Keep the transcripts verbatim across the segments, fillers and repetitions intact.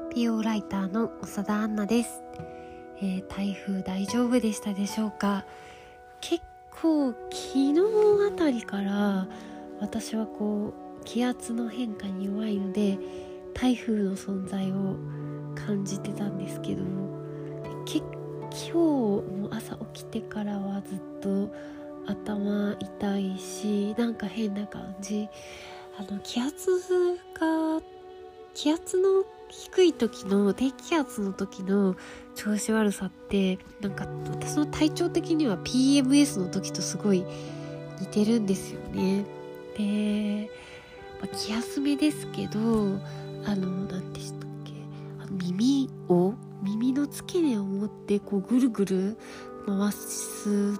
ピーオー ライターの長田杏奈です、えー、台風大丈夫でしたでしょうか。結構昨日あたりから私はこう気圧の変化に弱いので台風の存在を感じてたんですけど、結今日も朝起きてからはずっと頭痛いし、なんか変な感じ。あの気圧が気圧の低い時の低気圧の時の調子悪さってなんか私の体調的には ピーエムエス の時とすごい似てるんですよね。で、まあ、気休めですけど、あの何でしたっけ、あの耳を耳の付け根を持ってこうぐるぐる回す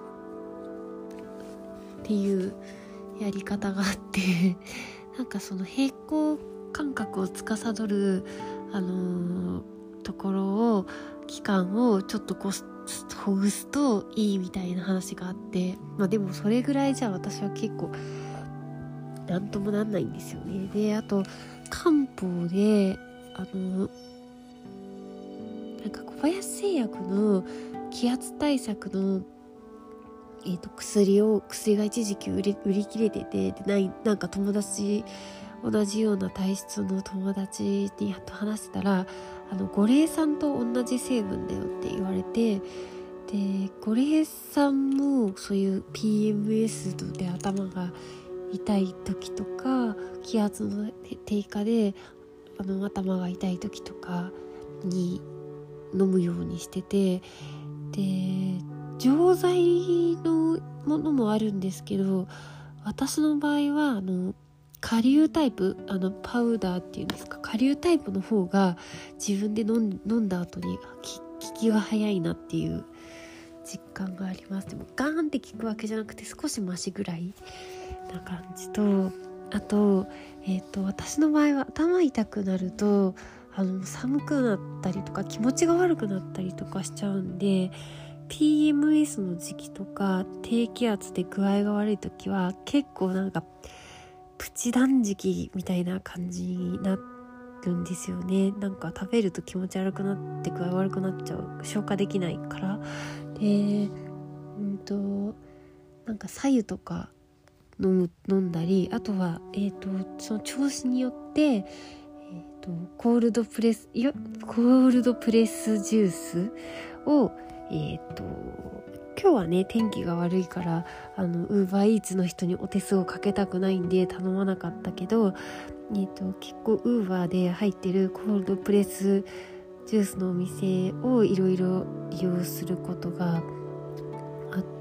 っていうやり方があってなんかその平行感覚を司る、あのー、ところを器官をちょっとこうほぐすといいみたいな話があって、まあでもそれぐらいじゃ私は結構なんともなんないんですよね。で、あと漢方であのー、なんか小林製薬の気圧対策のえー、と薬を薬が一時期売り、売り切れてて、でないなんか友達同じような体質の友達に話してたら、あの五苓散と同じ成分だよって言われて、で五苓散もそういう ピーエムエス で頭が痛い時とか気圧の低下であの頭が痛い時とかに飲むようにしてて、で錠剤のものもあるんですけど、私の場合はあの顆粒タイプ、あのパウダーっていうんですか、顆粒タイプの方が自分で飲ん、飲んだ後に効きが早いなっていう実感があります。でもガーンって効くわけじゃなくて少しマシぐらいな感じと、あと、えーと、私の場合は頭痛くなるとあの寒くなったりとか気持ちが悪くなったりとかしちゃうんで、ピーエムエス の時期とか低気圧で具合が悪い時は結構なんかプチ断食みたいな感じになるんですよね。なんか食べると気持ち悪くなって具合悪くなっちゃう、消化できないから。で、うんとなんか白湯とか飲む飲んだり、あとはえっとその調子によってえっとコールドプレスいやコールドプレスジュースをえっと今日はね天気が悪いからあのウーバーイーツの人にお手数をかけたくないんで頼まなかったけど、えっと結構ウーバーで入ってるコールドプレスジュースのお店をいろいろ利用することがあって、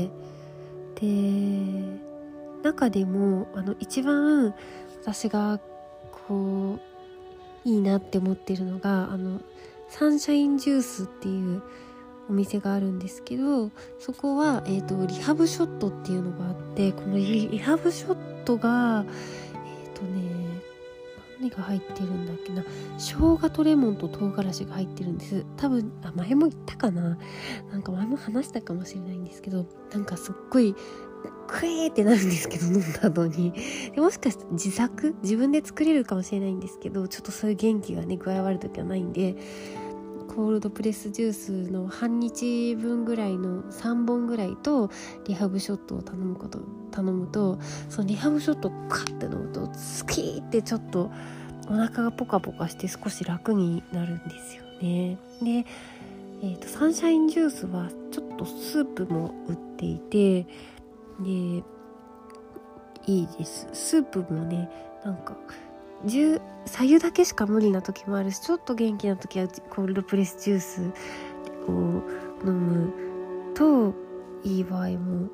で中でもあの一番私がこういいなって思ってるのがあのサンシャインジュースっていうお店があるんですけど、そこは、えーと、リハブショットっていうのがあって、この リ, リハブショットがえっ、ー、とね何が入ってるんだっけな、生姜とレモンと唐辛子が入ってるんです。多分あ前も言ったかな、なんか前も話したかもしれないんですけど、なんかすっごいクエーってなるんですけど飲んだ後にでもしかして自作自分で作れるかもしれないんですけど、ちょっとそういう元気がね具合悪い時はないんで、コールドプレスジュースの半日分ぐらいのさんぼんぐらいとリハブショットを頼むこと頼むと、そのリハブショットをカッて飲むとスキーってちょっとお腹がポカポカして少し楽になるんですよね。で、えーと、サンシャインジュースはちょっとスープも売っていて、でいいです。スープもねなんか白湯だけしか無理な時もあるし、ちょっと元気な時はコールドプレスジュースを飲むといい場合も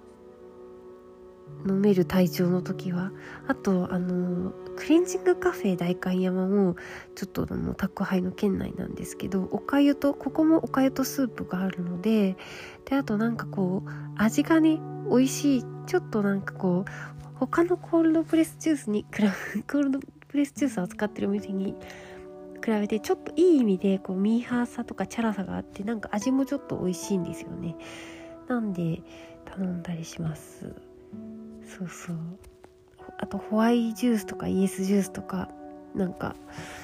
飲める体調の時は。あとあのクレンジングカフェ代官山もちょっとあの宅配の県内なんですけど、おかゆとここもおかゆとスープがあるので、であとなんかこう味がね美味しい、ちょっとなんかこう他のコールドプレスジュースに比べコールドプレスジュースを扱ってるお店に比べてちょっといい意味でこうミーハーさとかチャラさがあって、なんか味もちょっと美味しいんですよね。なんで頼んだりします。そうそう。あとホワイジュースとかイエスジュースとかなんかで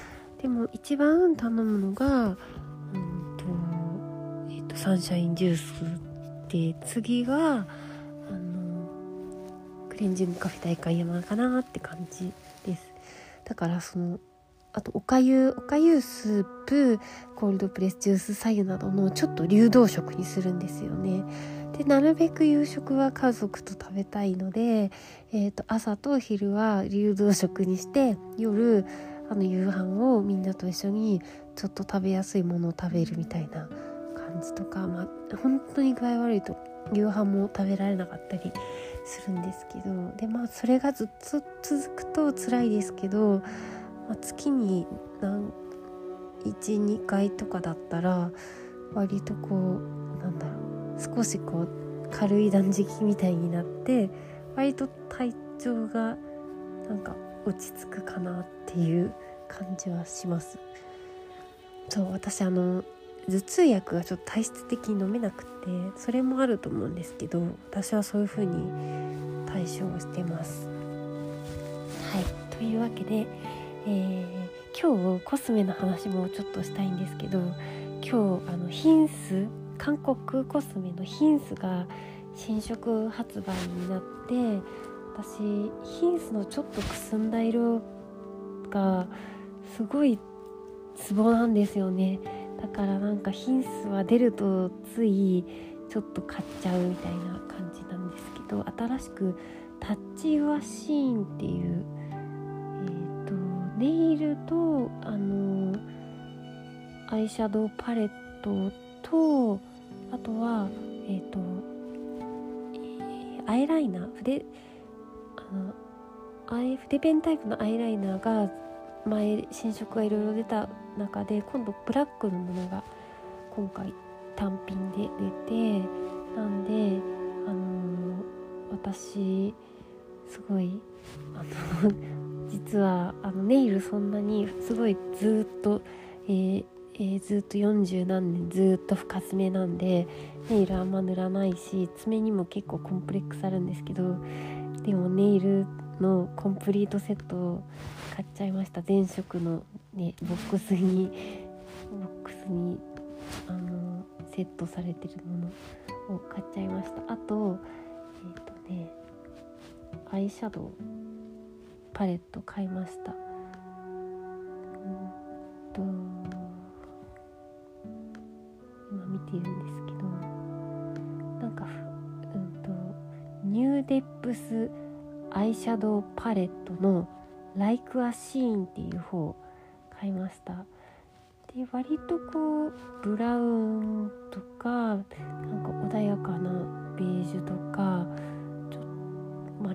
でも一番頼むのが、うんとえー、とサンシャインジュースで、次があのクレンジングカフェ代官山かなって感じです。だからそのあとおかゆおかゆスープ、コールドプレスジュース白湯などのちょっと流動食にするんですよね。でなるべく夕食は家族と食べたいので、えー、と朝と昼は流動食にして、夜あの夕飯をみんなと一緒にちょっと食べやすいものを食べるみたいな感じとか、まあ本当に具合悪いと夕飯も食べられなかったりするんですけど、でまあそれがずっと続くと辛いですけど、まあ、月に何 いち,に 回とかだったら割とこうなんだろう、少しこう軽い断食みたいになって割と体調がなんか落ち着くかなっていう感じはします。そう私あの頭痛薬がちょっと体質的に飲めなくて、それもあると思うんですけど、私はそういう風に対処をしてます。はい、というわけで、えー、今日コスメの話もちょっとしたいんですけど、今日あのヒンス韓国コスメのヒンスが新色発売になって、私ヒンスのちょっとくすんだ色がすごいツボなんですよね。だからなんかヒンスは出るとついちょっと買っちゃうみたいな感じなんですけど、新しくタッチユアシーンっていうえーとネイルとあのアイシャドウパレットと、あとはえっ、ー、と、えー、アイライナー筆あのアイ筆ペンタイプのアイライナーが前新色がいろいろ出た中で、今度ブラックのものが今回単品で出て、なんであの私すごいあの実はあのネイルそんなにすごいずっと、えーえー、ずっとよんじゅうなんねんずっと深爪なんでネイルあんま塗らないし、爪にも結構コンプレックスあるんですけど、でもネイルのコンプリートセットを買っちゃいました。全色の、ね、ボックスにボックスにあのセットされてるものを買っちゃいました。あとえっ、ー、とねアイシャドウパレット買いました。うんと今見てるんですけど、なんかうんとニューデップスアイシャドウパレットの Like a Scene っていう方を買いました。で割とこうブラウンとかなんか穏やかなベージュとかちょっとまあ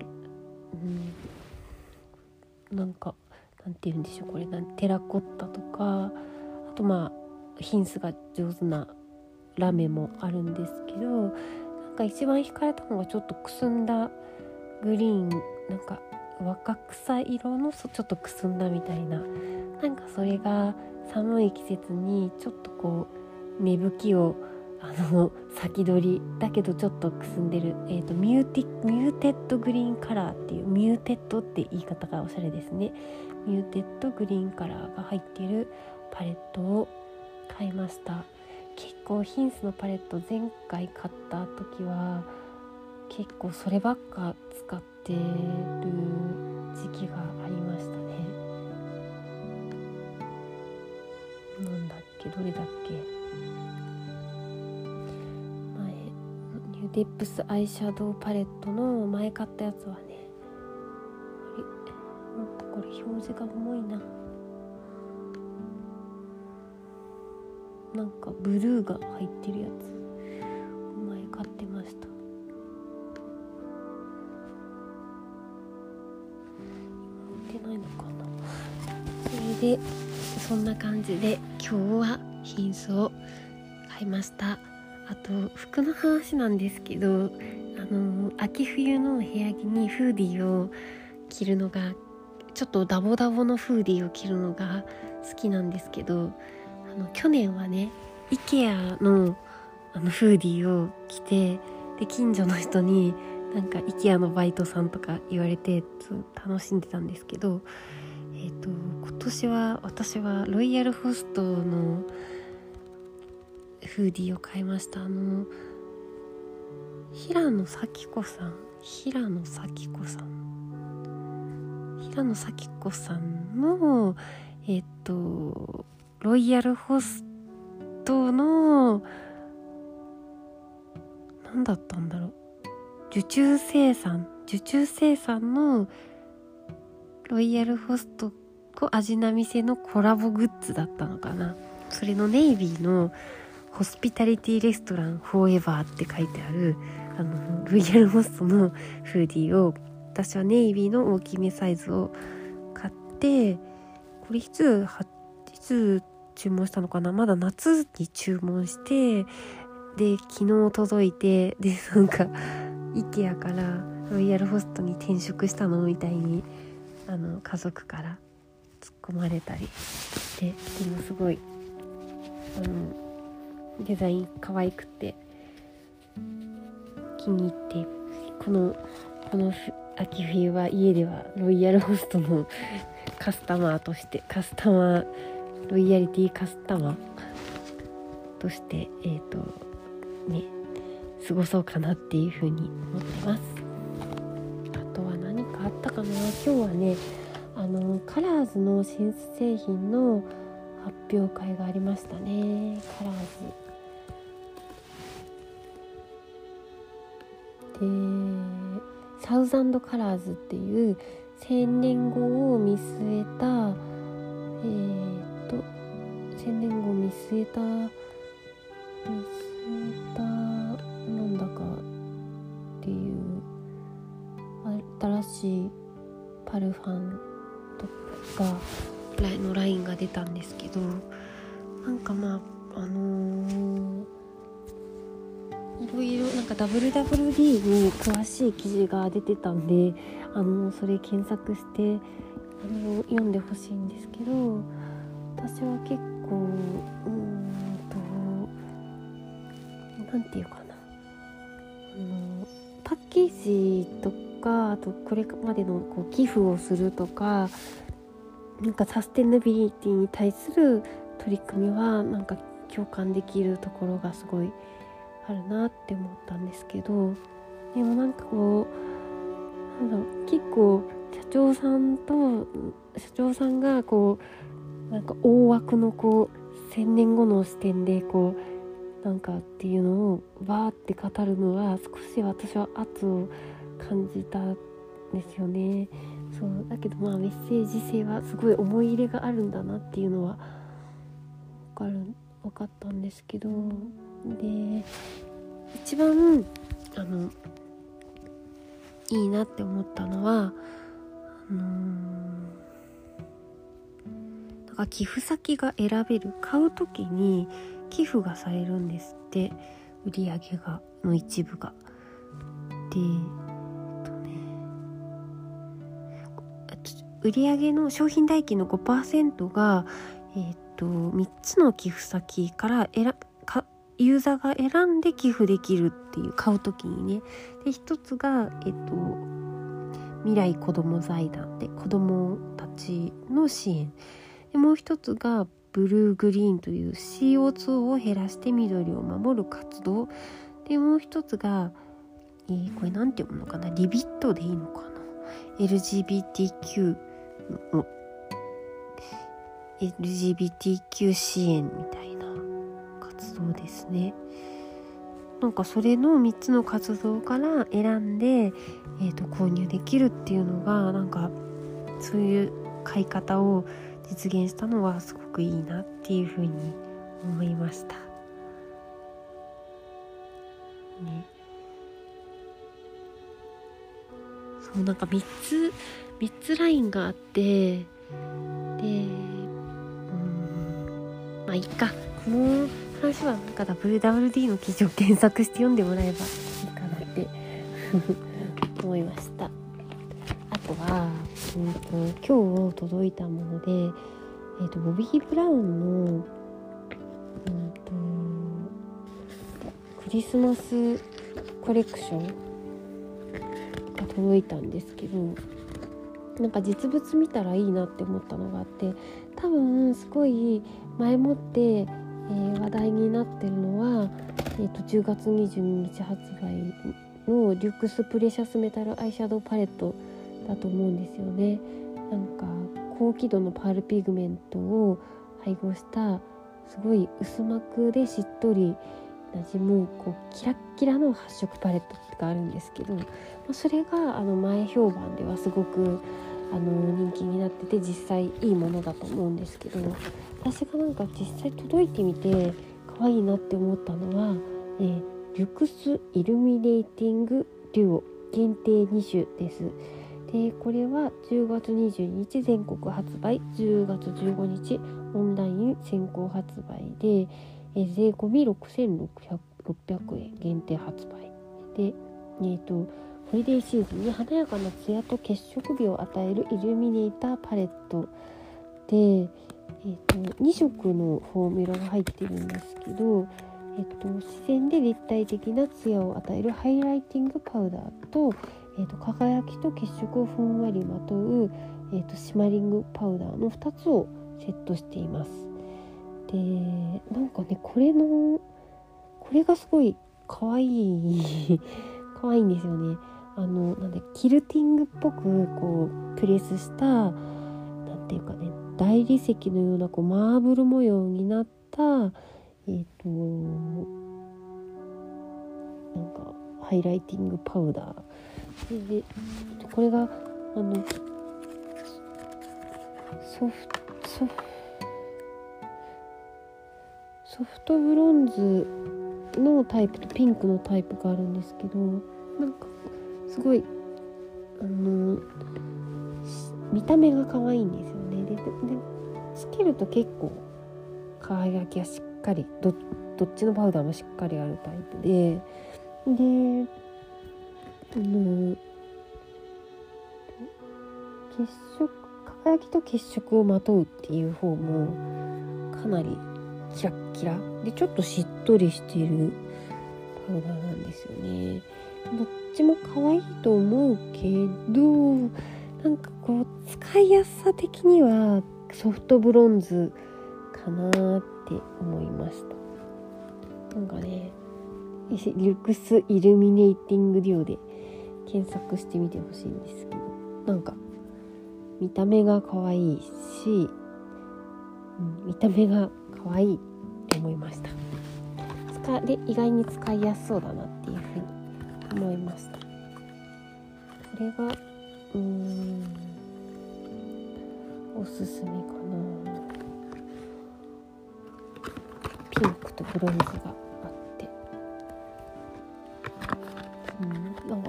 うんなんかなんて言うんでしょう、これなんテラコッタとか、あとまあヒンスが上手なラメもあるんですけど、なんか一番惹かれたのがちょっとくすんだグリーン、なんか若草色のちょっとくすんだみたいな、なんかそれが寒い季節にちょっとこう芽吹きをあの先取りだけどちょっとくすんでる、えーと、ミューティミューテッドグリーンカラーっていう、ミューテッドって言い方がおしゃれですね。ミューテッドグリーンカラーが入っているパレットを買いました。結構ヒンスのパレット前回買った時は結構そればっか使ってる時期がありましたね。なんだっけどれだっけ前ニューデップスアイシャドウパレットの前買ったやつはね、あれなんかこれ表示が重いな、なんかブルーが入ってるやつ前買ってました。売ってないのかな。それでそんな感じで今日はヒンスを買いました。あと服の話なんですけど、あの秋冬の部屋着にフーディーを着るのが、ちょっとダボダボのフーディーを着るのが好きなんですけど、あの去年はね IKEA の, あのフーディーを着て、で近所の人になんか IKEA のバイトさんとか言われて楽しんでたんですけど、えーと今年は私はロイヤルホストのフーディーを買いました。あの平野咲子さん平野咲子さん平野咲子さんのえっとロイヤルホストの何だったんだろう受注生産受注生産のロイヤルホストと味なみせのコラボグッズだったのかな。それのネイビーのホスピタリティレストランフォーエバーって書いてあるあのロイヤルホストのフーディーを私はネイビーの大きめサイズを買って、これいついつ注文したのかな、まだ夏に注文して、で昨日届いて、でなんか IKEA からロイヤルホストに転職したのみたいにあの家族から突っ込まれたりして、でもすごいあのデザイン可愛くて気に入って、このこの秋冬は家ではロイヤルホストのカスタマーとしてカスタマーロイヤリティカスタマーとしてえっとね過ごそうかなっていう風に思ってます。あとは何かあったかな。今日はねあのカラーズの新製品の発表会がありましたね。カラーズでサウザンドカラーズっていう千年後を見据えたえー、っと千年後を見据えた見据えたなんだかっていう新しいパルファンとかのラインが出たんですけど、なんかまああのー、いろいろなんか ダブリューダブリューディー に詳しい記事が出てたんで、あのそれ検索してあの読んでほしいんですけど、私は結構うーんとなんていうかな、あのパッケージとか、あとこれまでのこう寄付をするとか、なんかサステナビリティに対する取り組みはなんか共感できるところがすごいあるなって思ったんですけど、でもなんかこうなんだろう、結構社長さんと社長さんがこうなんか大枠のこう千年後の視点でこうなんかっていうのをバーって語るのは少し私は圧を感じたんですよね。そうだけどまあメッセージ性はすごい思い入れがあるんだなっていうのは分かる分かったんですけど、で一番あのいいなって思ったのはあのー、なんか寄付先が選べる、買うときに寄付がされるんですって、売り上げがの一部が。で、えっとね、売り上げの商品代金の ごパーセント が、えっとみっつの寄付先から選かユーザーが選んで寄付できるっていう、買うときにね。で一つが、えっと、未来子ども財団で子どもたちの支援で、もう一つがブルーグリーンという シーオーツー を減らして緑を守る活動で、もう一つが、えー、これなんて読むのかな、リビットでいいのかな、 エルジービーティーキュー の エルジービーティーキュー 支援みたいな活動ですね。なんかそれのみっつの活動から選んで、えーと、購入できるっていうのが、なんかそういう買い方を実現したのはすごくいいなっていうふうに思いました、ね、そうなんかみっつみっつラインがあって、でうーんまあいいか、この話はなんか ダブリューダブリューディー の記事を検索して読んでもらえばいいかなって思いました。あとは、うんと、今日届いたもので、えーと、ボビー・ブラウンの、うんと、クリスマスコレクションが届いたんですけど、 なんか実物見たらいいなって思ったのがあって、多分すごい前もって、えー、話題になってるのは、えー、とじゅうがつにじゅうににち発売のリュクスプレシャスメタルアイシャドウパレットだと思うんですよね。なんか高輝度のパールピグメントを配合したすごい薄膜でしっとり馴染むこうキラッキラの発色パレットがあるんですけど、それがあの前評判ではすごくあの人気になってて、実際いいものだと思うんですけど、私がなんか実際届いてみて可愛いなって思ったのは、えー、リュクスイルミネーティングデュオ限定に種です。でこれはじゅうがつにじゅうににち全国発売、じゅうがつじゅうごにちオンライン先行発売で、えー、税込みろくせんろっぴゃくえん限定発売で、えーとホリデーシーズンに華やかなツヤと血色美を与えるイルミネーターパレットで、えー、とにしょくのフォーミュラが入ってるんですけど、えー、と自然で立体的なツヤを与えるハイライティングパウダーと、えー、と輝きと血色をふんわりまとう、えー、とシマリングパウダーのふたつをセットしています。でなんかねこれのこれがすごい可愛い可愛いんですよね。あのなんでキルティングっぽくこうプレスしたなんていうかね大理石のようなこうマーブル模様になったえっとなんかハイライティングパウダーで、でこれがあのソフトソフソフトブロンズのタイプとピンクのタイプがあるんですけど、なんかすごいあの見た目が可愛いんですよね。で、でつけると結構輝きがしっかり ど, どっちのパウダーもしっかりあるタイプで、であの血色輝きと血色をまとうっていう方もかなりキラッキラでちょっとしっとりしているパウダーなんですよね。どっちも可愛いと思うけど、なんかこう使いやすさ的にはソフトブロンズかなって思いました。なんかねリュクスイルミネーティングデュオで検索してみてほしいんですけど、なんか見た目が可愛いし、うん、見た目が可愛いって思いました。使で意外に使いやすそうだなっていうふうに思いました。これがうーんおすすめかな。ピンクとブロンズがあって、うん、なんか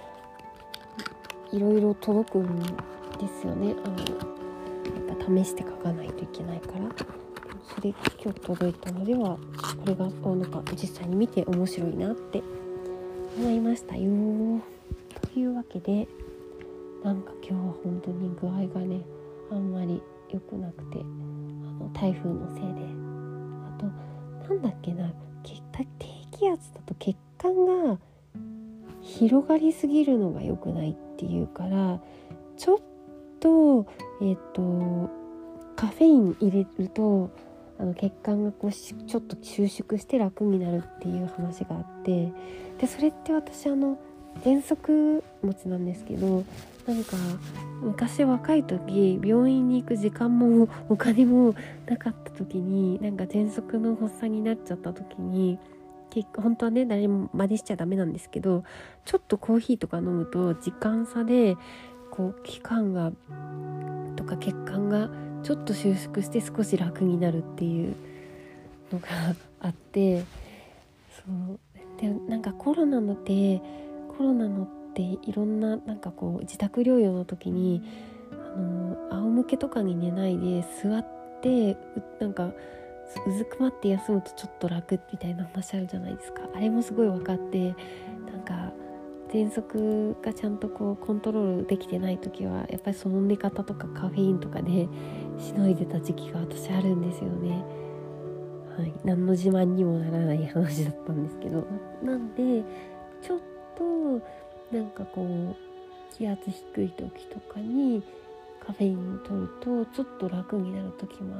いろいろ届くんですよね。あのやっぱ試して書かないといけないから。それ今日届いたのではこれがなんか実際に見て面白いなって思いましたよ。というわけでなんか今日は本当に具合がねあんまり良くなくて、あの台風のせいで、あとなんだっけな低気圧だと血管が広がりすぎるのが良くないっていうから、ちょっとえっとカフェイン入れるとあの血管がこうちょっと収縮して楽になるっていう話があって、でそれって私あの喘息持ちなんですけど、なんか昔若い時病院に行く時間もお金もなかった時に、なんか喘息の発作になっちゃった時に、本当はね誰も真似しちゃダメなんですけど、ちょっとコーヒーとか飲むと時間差でこう気管がとか血管がちょっと収縮して少し楽になるっていうのがあって、そうでなんかコロナのってコロナのっていろんななんかこう自宅療養の時にあの仰向けとかに寝ないで座ってなんかうずくまって休むとちょっと楽みたいな話あるじゃないですか。あれもすごい分かって、なんか喘息がちゃんとこうコントロールできてない時はやっぱりその寝方とかカフェインとかでしのいでた時期が私あるんですよね。はい、何の自慢にもならない話だったんですけど、なんでちょっとなんかこう気圧低い時とかにカフェインを取るとちょっと楽になる時もあって、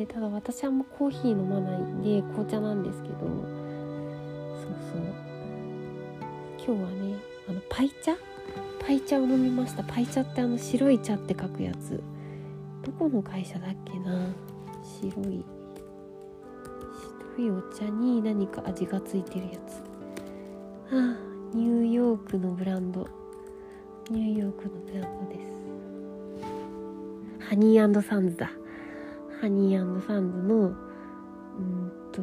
ただ私はもうコーヒー飲まないんで紅茶なんですけど、そうそう今日はねあのパイ茶パイ茶を飲みました。パイ茶ってあの白い茶って書くやつ、どこの会社だっけな。白い白いお茶に何か味がついてるやつ、ああニューヨークのブランドニューヨークのブランドです。ハニー&サンズだ。ハニー&サンズのうんと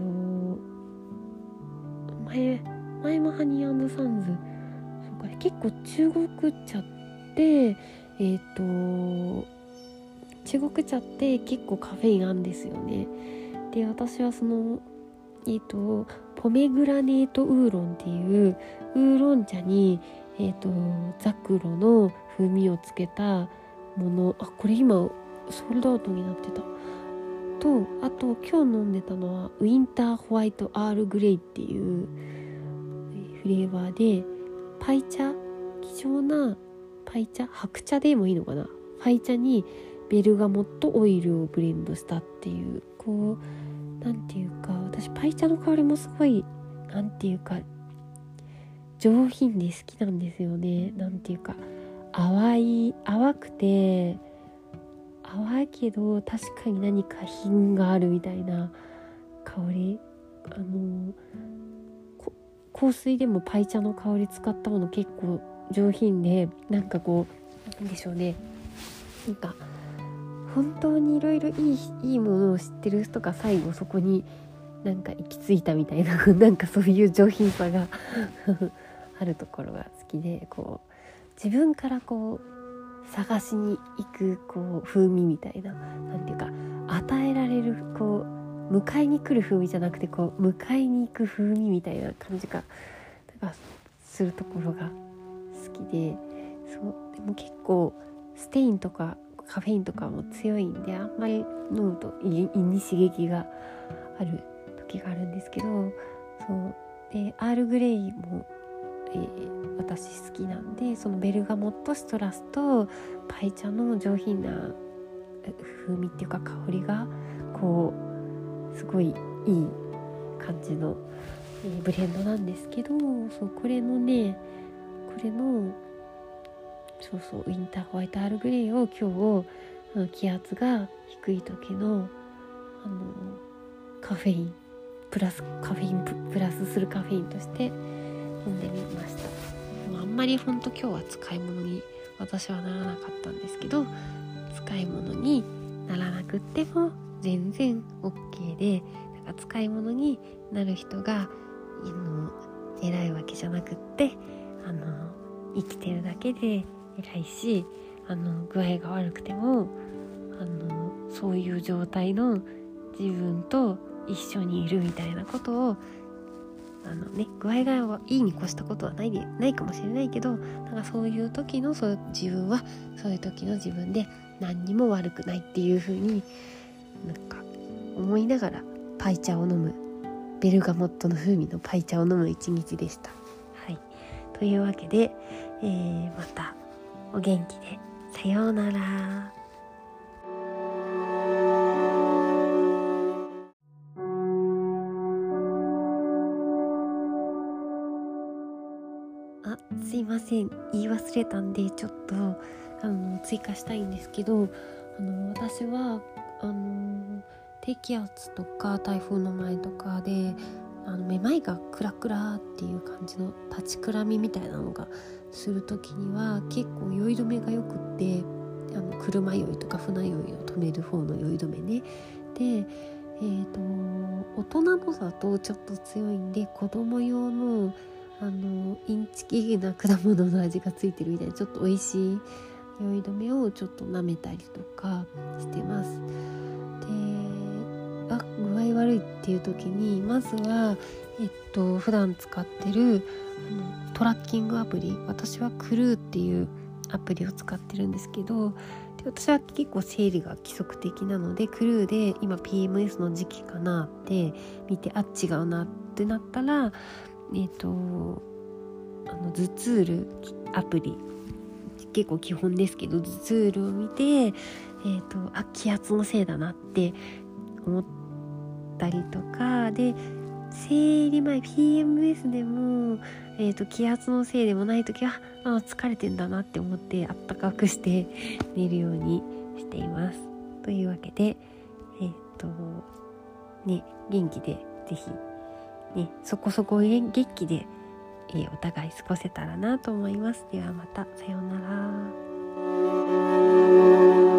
前前もハニー&サンズ、そうか結構中国茶ってえっと中国茶って結構カフェインあるんですよね。で私はそのえっとポメグラネートウーロンっていうウーロン茶にえっとザクロの風味をつけたもの、あこれ今ソールドアウトになってたと、あと今日飲んでたのはウィンターホワイトアールグレイっていうフレーバーで、パイ茶貴重なパイ茶白茶でもいいのかな、パイ茶にベルガモットオイルをブレンドしたっていう、こうなんていうか私パイ茶の香りもすごいなんていうか上品で好きなんですよね。なんていうか淡い淡くて淡いけど確かに何か品があるみたいな香り、あの香水でもパイ茶の香り使ったもの結構上品で、なんかこうなんでしょうね、なんか本当にいろいろいいいいものを知ってる人が最後そこになんか行き着いたみたいななんかそういう上品さがあるところが好きで、こう自分からこう探しに行くこう風味みたいな、なんていうか与えられるこう迎えに来る風味じゃなくてこう迎えに行く風味みたいな感じがなんかするところが好きで、そうでも結構ステインとかカフェインとかも強いんであんまり飲むと胃に刺激がある時があるんですけど、そうでアールグレイも、えー、私好きなんで、そのベルガモットシトラスとパイ茶の上品な風味っていうか香りがこうすごいいい感じの、えー、ブレンドなんですけど、そうこれのねこれのそうそうウィンターホワイトアールグレイを今日あの気圧が低い時のあのカフェインプラスカフェイン プ, プラスするカフェインとして飲んでみました。あんまりほんと今日は使い物に私はならなかったんですけど、使い物にならなくっても全然 OK で、なんか使い物になる人があの偉いわけじゃなくって、あの生きてるだけで偉いし、あの具合が悪くてもあのそういう状態の自分と一緒にいるみたいなことをあのね具合がいいに越したことはないでないかもしれないけど、なんかそういう時のそう自分はそういう時の自分で何にも悪くないっていう風になんか思いながらパイ茶を飲む、ベルガモットの風味のパイ茶を飲む一日でした。はい、というわけで、えー、またお元気でさようなら。あ、すいません、言い忘れたんでちょっとあの追加したいんですけど、あの私はあの低気圧とか台風の前とかであのめまいがクラクラっていう感じの立ちくらみみたいなのがするときには結構酔い止めがよくって、あの車酔いとか船酔いを止める方の酔い止めね。で、えーと、大人のだとちょっと強いんで子供用のあのインチキな果物の味がついてるみたいなちょっと美味しい酔い止めをちょっと舐めたりとかしてます。で、あ、具合悪いっていう時にまずはえっと普段使ってるあのトラッキングアプリ、私はクルーっていうアプリを使ってるんですけど、で私は結構生理が規則的なのでクルーで今 ピーエムエス の時期かなって見て、あ、違うなってなったらえっとあのズツールアプリ結構基本ですけど、頭痛ルを見て、えーと、あ気圧のせいだなって思ったりとかで、生理前 ピーエムエス でも、えーと、気圧のせいでもない時はあ疲れてんだなって思ってあったかくして寝るようにしています。というわけでえっとね元気でぜひねそこそこ元気で、えー、お互い過ごせたらなと思います。ではまたさようなら。